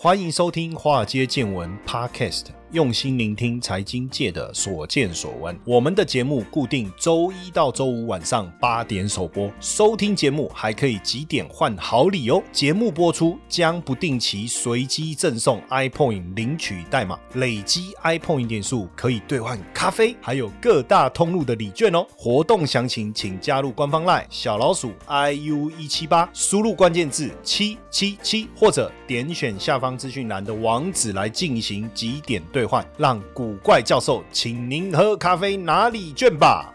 欢迎收听华尔街见闻 Podcast， 用心聆听财经界的所见所闻。我们的节目固定周一到周五晚上8点首播，收听节目还可以集点换好礼哦。节目播出将不定期随机赠送 iPoint 领取代码，累积 iPoint 点数可以兑换咖啡，还有各大通路的礼券哦。活动详情请加入官方 LINE 小老鼠 IU178， 输入关键字777，或者点选下方资讯栏的网址来进行集点兑换，让古怪教授请您喝咖啡拿礼券吧。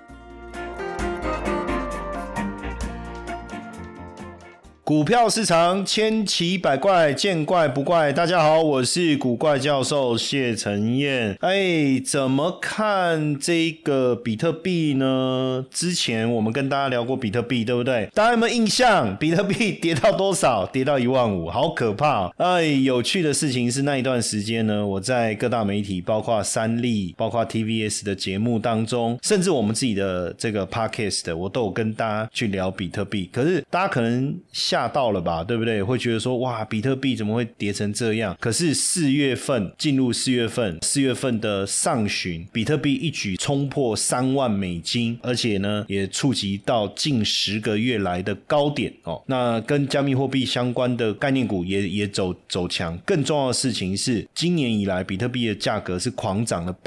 股票市场千奇百怪，见怪不怪。大家好，我是古怪教授谢承彦。怎么看这个比特币呢？之前我们跟大家聊过比特币，对不对？大家有没有印象？比特币跌到多少？跌到15000，好可怕哦。有趣的事情是那一段时间呢，我在各大媒体，包括三立，包括 TVS 的节目当中，甚至我们自己的这个 Podcast， 我都有跟大家去聊比特币。可是大家可能吓到了吧，对不对？会觉得说，哇，比特币怎么会跌成这样？可是进入4月份的上旬，比特币一举冲破3万美金，而且呢，也触及到近10个月来的高点哦。那跟加密货币相关的概念股也走强。更重要的事情是，今年以来比特币的价格是狂涨了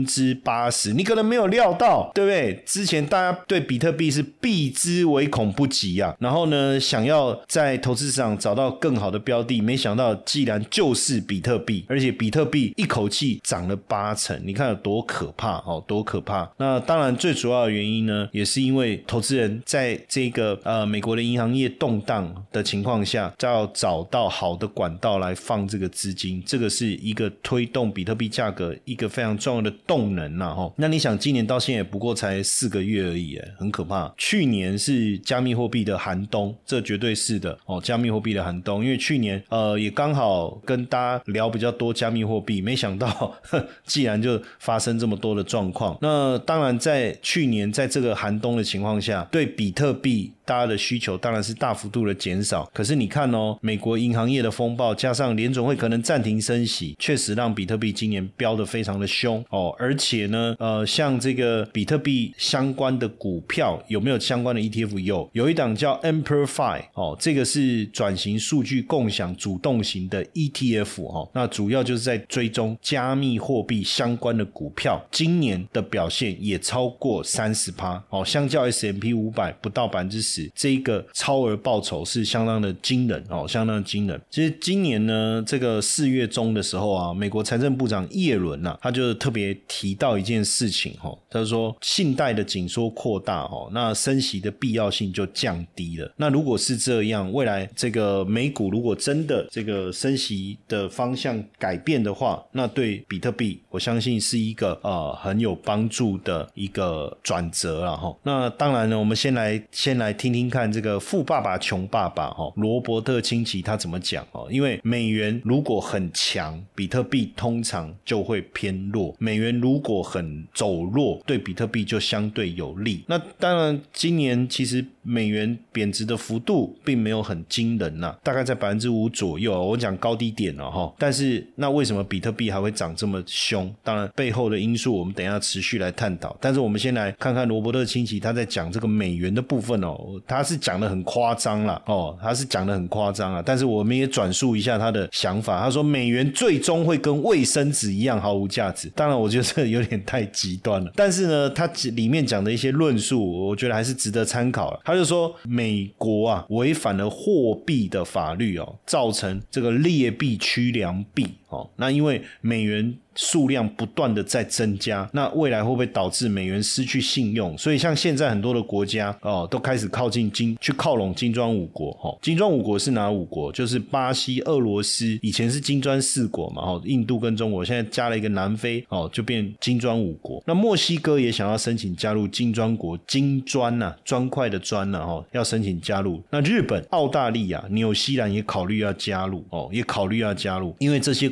80%， 你可能没有料到，对不对？之前大家对比特币是避之唯恐不及啊，然后呢，想要在投资市场找到更好的标的，没想到既然就是比特币，而且比特币一口气涨了80%，你看有多可怕哦，多可怕。那当然最主要的原因呢，也是因为投资人在这个美国的银行业动荡的情况下，就要找到好的管道来放这个资金，这个是一个推动比特币价格一个非常重要的动能啊。那你想今年到现在也不过才4个月而已，很可怕。去年是加密货币的寒冬，这绝对是的加密货币的寒冬，因为去年也刚好跟大家聊比较多加密货币，没想到既然就发生这么多的状况。那当然在去年在这个寒冬的情况下，对比特币大家的需求当然是大幅度的减少。可是你看美国银行业的风暴，加上联准会可能暂停升息，确实让比特币今年飙得非常的凶而且呢像这个比特币相关的股票有没有相关的 ETF？ 有一档叫 Amplify这个是转型数据共享主动型的 ETF 那主要就是在追踪加密货币相关的股票，今年的表现也超过 30%相较 S&P 500不到 10%， 这个超额报酬是相当的惊人相当的惊人。其实今年呢，这个4月中的时候啊，美国财政部长耶伦他就特别提到一件事情他说信贷的紧缩扩大那升息的必要性就降低了。那如果是这样，未来这个美股如果真的这个升息的方向改变的话，那对比特币我相信是一个很有帮助的一个转折啦那当然呢，我们先来听听看这个富爸爸穷爸爸罗伯特清崎他怎么讲因为美元如果很强，比特币通常就会偏弱，美元如果很走弱，对比特币就相对有利。那当然今年其实美元贬值的幅度并没有很惊人大概在 5% 左右我讲高低点但是那为什么比特币还会涨这么凶？当然背后的因素我们等一下持续来探讨，但是我们先来看看罗伯特清崎他在讲这个美元的部分他是讲得很夸张啦但是我们也转述一下他的想法。他说美元最终会跟卫生纸一样毫无价值，当然我觉得这有点太极端了，但是呢他里面讲的一些论述我觉得还是值得参考了。他就说美国违反了货币的法律造成这个劣币驱良币那因为美元数量不断的在增加，那未来会不会导致美元失去信用？所以像现在很多的国家都开始去靠拢金砖5国金砖5国是哪5国？就是巴西、俄罗斯，以前是金砖4国嘛印度跟中国，现在加了一个南非就变金砖5国。那墨西哥也想要申请加入金砖国，金砖砖块的砖要申请加入。那日本、澳大利亚、纽西兰也考虑要加入因为这些国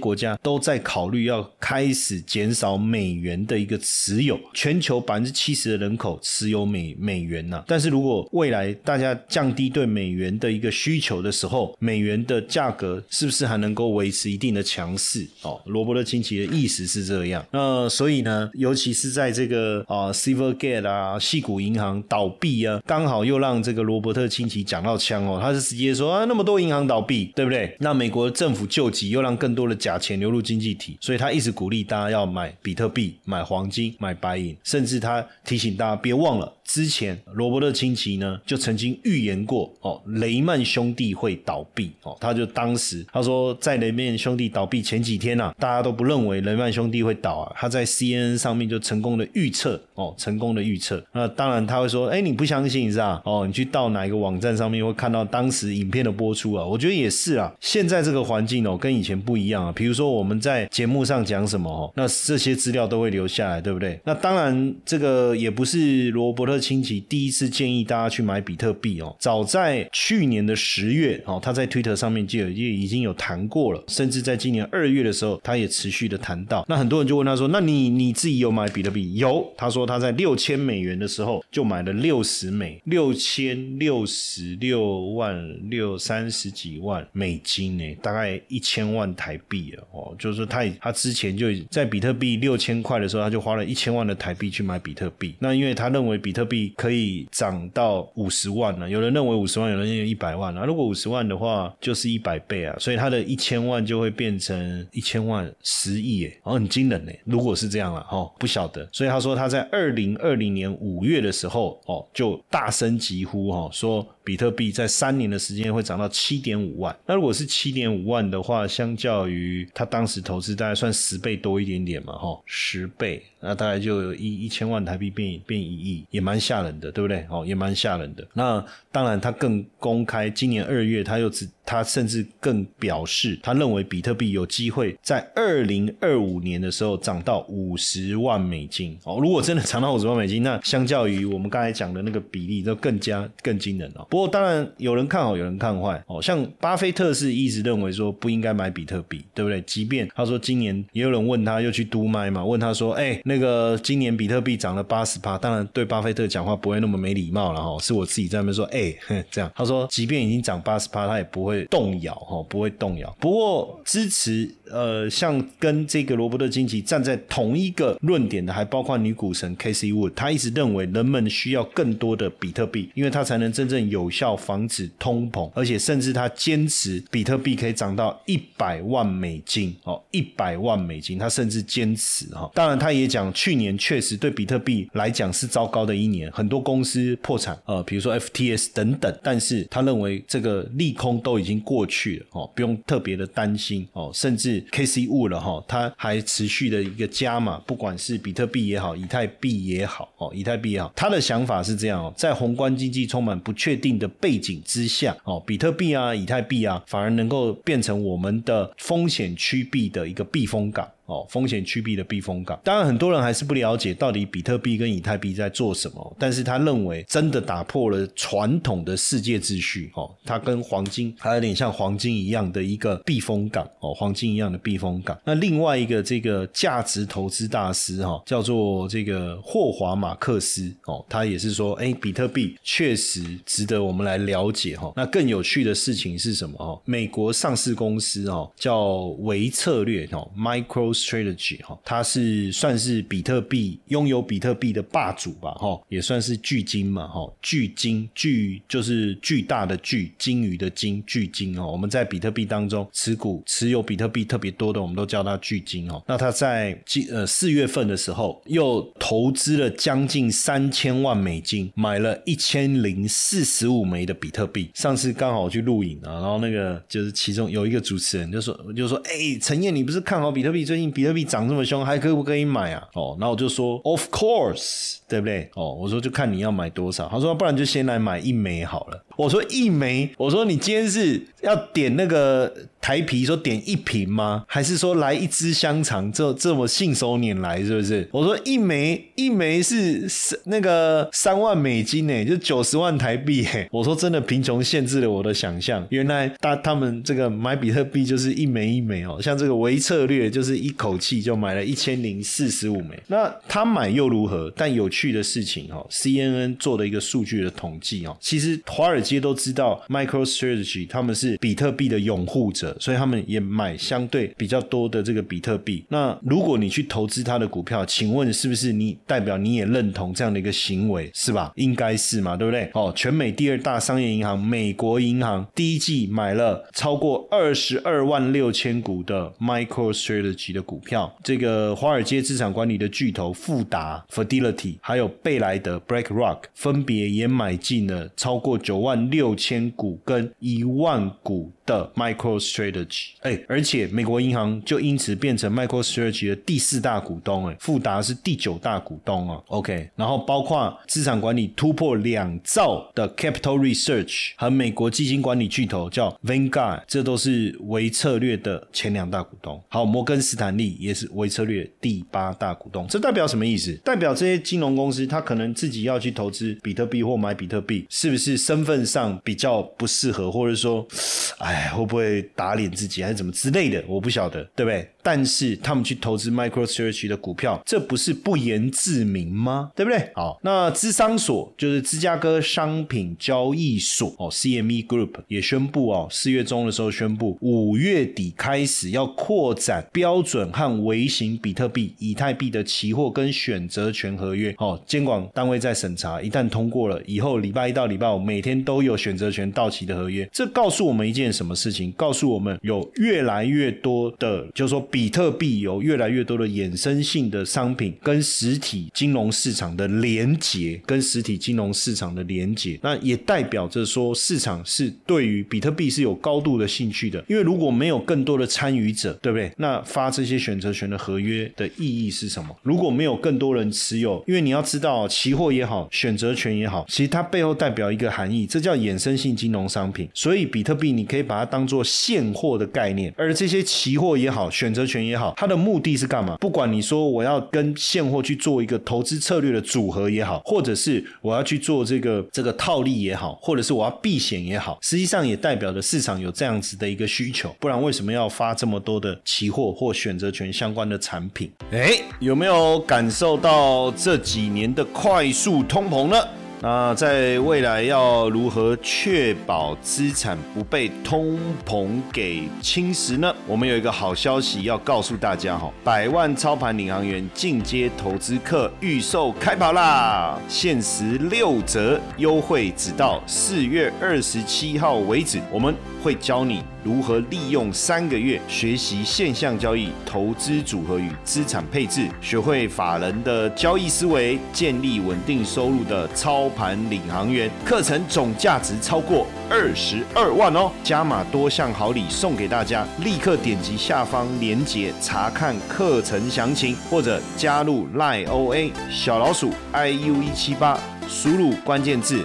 国家都在考虑要开始减少美元的一个持有，全球 70% 的人口持有美元啊。但是如果未来大家降低对美元的一个需求的时候，美元的价格是不是还能够维持一定的强势？罗伯特清崎的意思是这样。那所以呢，尤其是在这个Silvergate 啊、矽谷银行倒闭啊，刚好又让这个罗伯特清崎讲到枪他是直接说那么多银行倒闭，对不对？那美国政府救急，又让更多的假钱流入经济体，所以他一直鼓励大家要买比特币、买黄金、买白银，甚至他提醒大家别忘了，之前罗伯特清崎呢就曾经预言过雷曼兄弟会倒闭他就当时他说在雷曼兄弟倒闭前几天啊，大家都不认为雷曼兄弟会倒啊，他在 CNN 上面就成功的预测成功的预测。那当然他会说你不相信是吧？你去到哪一个网站上面会看到当时影片的播出啊，我觉得也是啊，现在这个环境跟以前不一样啊。比如说我们在节目上讲什么那这些资料都会留下来，对不对？那当然这个也不是罗伯特清崎第一次建议大家去买比特币早在去年的10月他在 Twitter 上面就已经有谈过了，甚至在今年2月的时候他也持续的谈到。那很多人就问他说，那你自己有买比特币？有，他说他在$6000的时候就买了60枚，6066万30几万美金大概1000万台币了就是说他之前就在比特币6000块的时候，他就花了1000万的台币去买比特币。那因为他认为比特币可以涨到50万了，有人认为50万，有人认为100万如果50万的话就是100倍啊，所以他的1000万就会变成1000万10亿很惊人如果是这样不晓得。所以他说他在2020年5月的时候就大声疾呼说比特币在3年的时间会涨到7.5万。那如果是7.5万的话，相较于他当时投资大概算10倍多一点点嘛10倍，那大概就有1000万台币变1亿，也蛮吓人的，对不对也蛮吓人的。那当然他更公开，今年2月他甚至更表示他认为比特币有机会在2025年的时候涨到50万美金如果真的涨到50万美金，那相较于我们刚才讲的那个比例都更惊人不过当然有人看好有人看坏像巴菲特是一直认为说不应该买比特币，对不对？即便他说今年也有人问他，又去督麦嘛，问他说那个今年比特币涨了 80%， 当然对巴菲特讲话不会那么没礼貌了是我自己在那边说这样。他说即便已经涨 80%， 他也不会动摇不会动摇。不过支持像跟这个罗伯特清崎站在同一个论点的还包括女股神 Casey Wood， 他一直认为人们需要更多的比特币，因为他才能真正有效防止通膨，而且甚至他坚持比特币可以涨到100万美金100万美金，他甚至坚持当然他也讲去年确实对比特币来讲是糟糕的一年，很多公司破产比如说 FTS 等等，但是他认为这个利空都已经过去了不用特别的担心甚至 Casey Wood 了他还持续的一个加码，不管是比特币也好，以太币也好他的想法是这样在宏观经济充满不确定的背景之下比特币啊、以太币啊反而能够变成我们的风险趋避的一个避风港风险趋避的避风港。当然很多人还是不了解到底比特币跟以太币在做什么，但是他认为真的打破了传统的世界秩序它跟黄金还有点像黄金一样的一个避风港黄金一样的避风港。那另外一个这个价值投资大师叫做这个霍华马克斯他也是说比特币确实值得我们来了解那更有趣的事情是什么美国上市公司叫微策略MicroStrategy 它是算是比特币拥有比特币的霸主吧也算是巨鲸嘛巨就是巨大的巨，鲸鱼的鲸，巨鲸我们在比特币当中持有比特币特别多的我们都叫它巨鲸那它在4月份的时候又投资了将近3000万美金买了1045枚的比特币。上次刚好我去录影然后那个就是其中有一个主持人就说陈彦你不是看好比特币，最近比特币涨这么凶还可不可以买啊然后我就说 Of course 对不对我说就看你要买多少，他说不然就先来买1枚好了。我说1枚，我说你今天是要点那个台啤说点1瓶吗？还是说来1支香肠这么信手拈来是不是？我说一枚是那个3万美金耶，就90万台币耶。我说真的贫穷限制了我的想象，原来他们这个买比特币就是一枚一枚像这个微策略就是一口气就买了1045枚。那他买又如何？但有趣的事情CNN 做的一个数据的统计其实华尔街都知道 MicroStrategy 他们是比特币的拥护者，所以他们也买相对比较多的这个比特币。那如果你去投资他的股票，请问是不是代表你也认同这样的一个行为，是吧？应该是嘛，对不对？全美第2大商业银行美国银行第一季买了超过22万6千股的 MicroStrategy 的股票。这个华尔街资产管理的巨头富达 Fidelity 还有贝莱德 BlackRock 分别也买进了超过9万6千股跟1万股的 MicroStrategy。而且美国银行就因此变成 MicroStrategy 的第4大股东，富达是第9大股东OK， 然后包括资产管理突破2兆的 Capital Research 和美国基金管理巨头叫 Vanguard， 这都是微策略的前2大股东。好，摩根斯坦利也是微策略第8大股东。这代表什么意思？代表这些金融公司他可能自己要去投资比特币或买比特币，是不是身份上比较不适合，或者说会不会打脸自己还是怎么之类的，我不晓得，对不对？但是他们去投资 MicroStrategy 的股票，这不是不言自明吗？对不对？好，那芝商所就是芝加哥商品交易所CME Group 也宣布4月中的时候宣布5月底开始要扩展标准和微型比特币、以太币的期货跟选择权合约。监管单位在审查，一旦通过了以后，礼拜1到礼拜5每天都有选择权到期的合约。这告诉我们一件什么事情？告诉我们有越来越多的，就是说比特币有越来越多的衍生性的商品跟实体金融市场的连结，那也代表着说市场是对于比特币是有高度的兴趣的。因为如果没有更多的参与者，对不对？那发这些选择权的合约的意义是什么？如果没有更多人持有，因为你要知道期货也好，选择权也好，其实它背后代表一个含义，这叫衍生性金融商品。所以比特币你可以把它当作现货的概念，而这些期货也好，选择权也好，它的目的是干嘛？不管你说我要跟现货去做一个投资策略的组合也好，或者是我要去做这个套利也好，或者是我要避险也好，实际上也代表着市场有这样子的一个需求，不然为什么要发这么多的期货或选择权相关的产品？有没有感受到这几年的快速通膨呢？那在未来要如何确保资产不被通膨给侵蚀呢？我们有一个好消息要告诉大家100万操盘领航员进阶投资课预售开跑啦！限时6折优惠，直到4月27号为止。我们会教你如何利用3个月学习现象交易、投资组合与资产配置，学会法人的交易思维，建立稳定收入的操盘领航员。课程总价值超过22万加码多项好礼送给大家，立刻点击下方连结查看课程详情，或者加入 LINE OA 小老鼠 IU178，输入关键字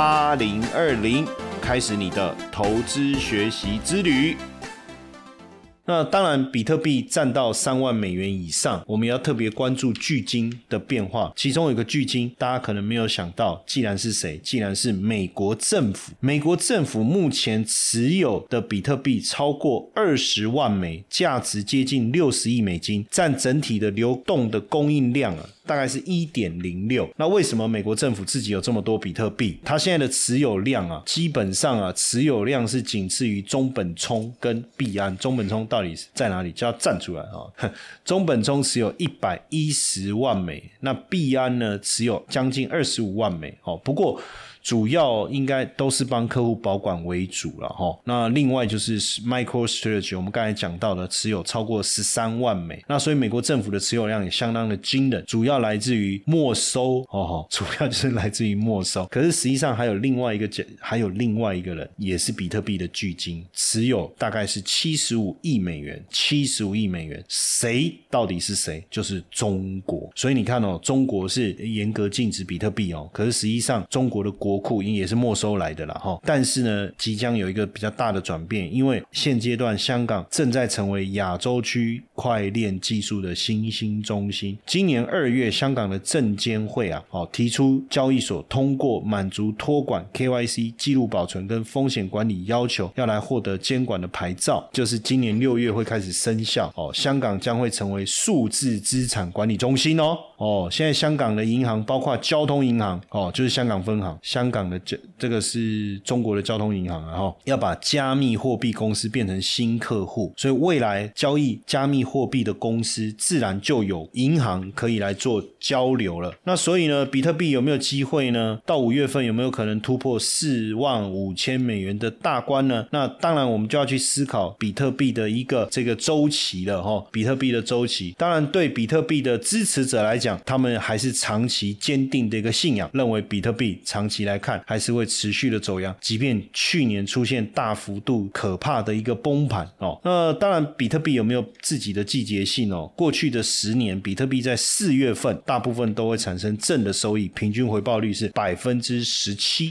8020。开始你的投资学习之旅。那当然比特币占到3万美元以上，我们要特别关注巨鲸的变化。其中有一个巨鲸大家可能没有想到，既然是谁？既然是美国政府。美国政府目前持有的比特币超过20万枚，价值接近60亿美金，占整体的流动的供应量大概是 1.06。 那为什么美国政府自己有这么多比特币？它现在的持有量基本上持有量是仅次于中本聪跟币安。中本聪到底在哪里？就要站出来中本聪持有110万枚，那币安呢持有将近25万枚不过主要应该都是帮客户保管为主啦那另外就是 MicroStrategy 我们刚才讲到的持有超过13万枚，那所以美国政府的持有量也相当的惊人，主要来自于没收主要就是来自于没收。可是实际上还有另外一个人也是比特币的巨鲸，持有大概是75亿美元。谁到底是谁？就是中国。所以你看中国是严格禁止比特币可是实际上中国的国国库，也是没收来的啦但是呢即将有一个比较大的转变，因为现阶段香港正在成为亚洲区块链技术的新兴中心。今年2月香港的证监会提出交易所通过满足托管 KYC 记录保存跟风险管理要求要来获得监管的牌照，就是今年6月会开始生效香港将会成为数字资产管理中心现在香港的银行包括交通银行就是香港分行，香港的这个是中国的交通银行要把加密货币公司变成新客户，所以未来交易加密货币的公司自然就有银行可以来做交流了。那所以呢比特币有没有机会呢？到5月份有没有可能突破45000美元的大关呢？那当然我们就要去思考比特币的一个这个周期了比特币的周期，当然对比特币的支持者来讲，他们还是长期坚定的一个信仰，认为比特币长期来看还是会持续的走阳，即便去年出现大幅度可怕的一个崩盘那当然比特币有没有自己的季节性过去的10年比特币在4月份大部分都会产生正的收益，平均回报率是 17%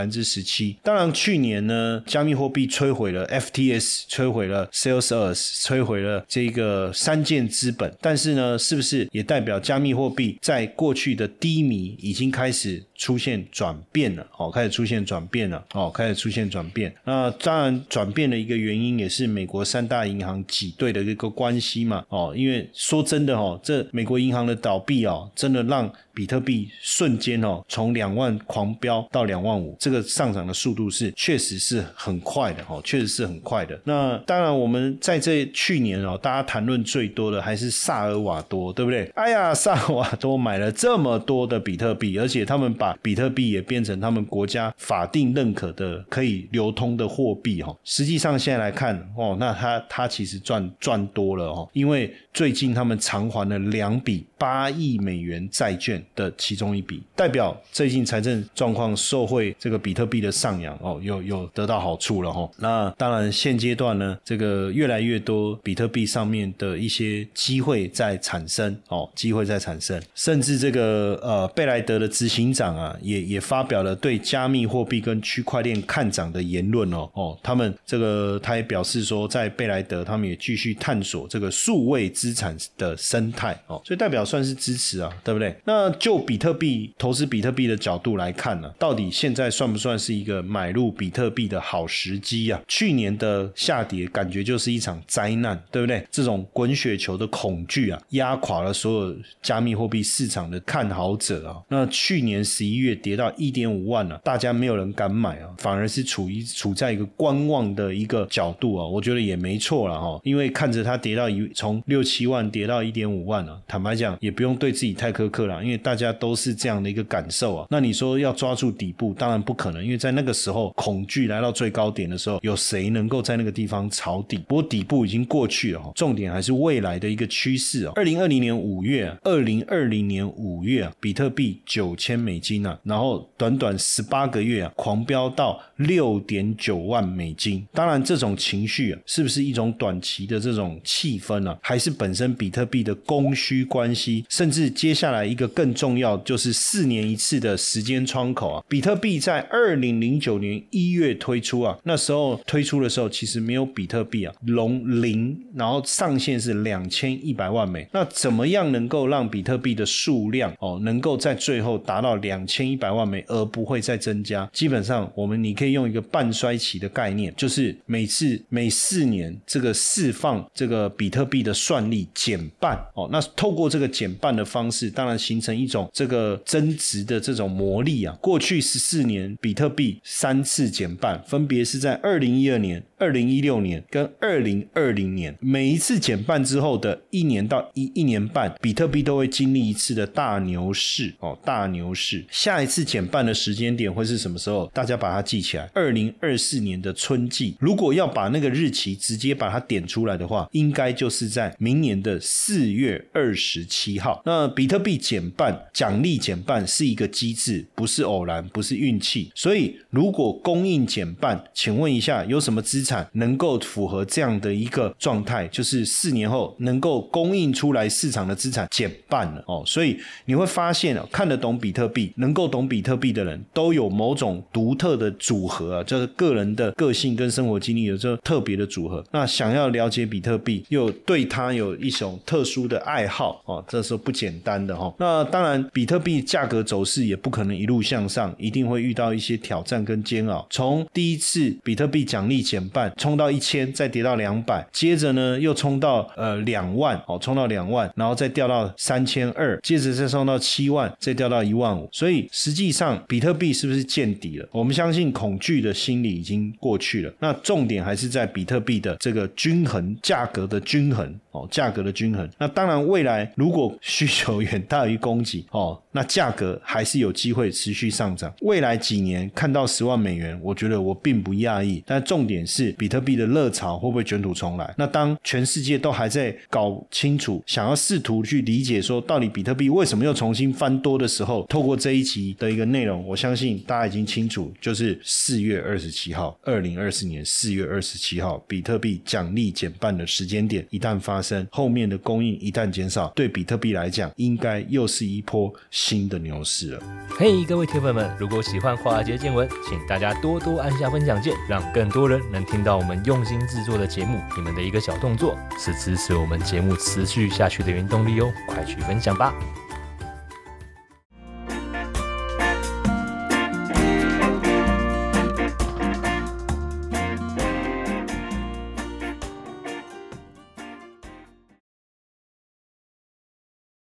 17%。当然去年呢加密货币摧毁了 FTS， 摧毁了 Salesforce， 摧毁了这个三箭资本，但是呢是不是也代表加密货币在过去的低迷已经开始出现转变了开始出现转变。那当然转变的一个原因也是美国3大银行挤兑的一个关系嘛因为说真的这美国银行的倒闭真的让比特币瞬间从2万狂飙到2万5，这个上涨的速度是确实是很快的确实是很快的。那当然我们在这去年大家谈论最多的还是萨尔瓦多，对不对？哎呀，萨尔瓦多买了这么多的比特币，而且他们把比特币也变成他们国家法定认可的可以流通的货币实际上现在来看那他其实赚多了因为最近他们偿还了2笔8亿美元债券的其中一笔，代表最近财政状况受惠这个比特币的上扬有得到好处了那当然现阶段呢这个越来越多比特币上面的一些机会在产生甚至这个贝莱德的执行长也发表了对加密货币跟区块链看涨的言论他也表示说在贝莱德他们也继续探索这个数位资产的生态所以代表算是支持对不对？那就比特币投资比特币的角度来看到底现在算不算是一个买入比特币的好时机去年的下跌感觉就是一场灾难，对不对？这种滚雪球的恐惧压垮了所有加密货币市场的看好者那去年11月跌到 1.5 万大家没有人敢买反而是处在一个观望的一个角度我觉得也没错啦因为看着它跌到从6-7万跌到 1.5 万坦白讲也不用对自己太苛刻啦，因为大家都是这样的一个感受那你说要抓住底部当然不可能，因为在那个时候恐惧来到最高点的时候有谁能够在那个地方抄底？不过底部已经过去了重点还是未来的一个趋势2020年5月比特币9000美金然后短短18个月狂飙到 6.9 万美金。当然这种情绪是不是一种短期的这种气氛还是本身比特币的供需关系，甚至接下来一个更重要就是4年一次的时间窗口比特币在2009年1月推出那时候推出的时候其实没有比特币0，然后上限是2100万枚。那怎么样能够让比特币的数量能够在最后达到2100万枚而不会再增加？基本上你可以用一个半衰期的概念，就是每4年这个释放这个比特币的算力减半那透过这个减半的方式当然形成一种这个增值的这种魔力过去14年比特币3次减半，分别是在2012年2016年跟2020年，每一次减半之后的1年到1年半比特币都会经历一次的大牛市大牛市。下一次减半的时间点会是什么时候？大家把它记起来，2024年的春季。如果要把那个日期直接把它点出来的话，应该就是在明年的4月27号。那比特币减半，奖励减半是一个机制，不是偶然，不是运气。所以如果供应减半，请问一下有什么资产能够符合这样的一个状态，就是4年后能够供应出来市场的资产减半半了所以你会发现看得懂比特币，能够懂比特币的人都有某种独特的组合就是个人的个性跟生活经历有这特别的组合。那想要了解比特币，又对它有一种特殊的爱好这是不简单的那当然比特币价格走势也不可能一路向上，一定会遇到一些挑战跟煎熬。从第一次比特币奖励减半冲到1000，再跌到200，接着呢又冲到2万冲到2万，然后再掉到3200，接着再冲到7万，再掉到15000。所以实际上比特币是不是见底了？我们相信恐惧的心理已经过去了，那重点还是在比特币的这个均衡，价格的均衡价格的均衡。那当然未来如果需求远大于供给那价格还是有机会持续上涨。未来几年看到10万美元，我觉得我并不讶异，但重点是比特币的热潮会不会卷土重来。那当全世界都还在搞清楚，想要试图去理解说到底比特币为什么又重新翻多的时候，透过这一集的一个内容，我相信大家已经清楚，就是4月27号2024年4月27号比特币奖励减半的时间点一旦发生，后面的供应一旦减少，对比特币来讲应该又是一波新的牛市了。 嘿，各位铁粉们，如果喜欢华尔街见闻，请大家多多按下分享键，让更多人能听到我们用心制作的节目。你们的一个小动作是支持我们节目持续下去的原动力快去分享吧。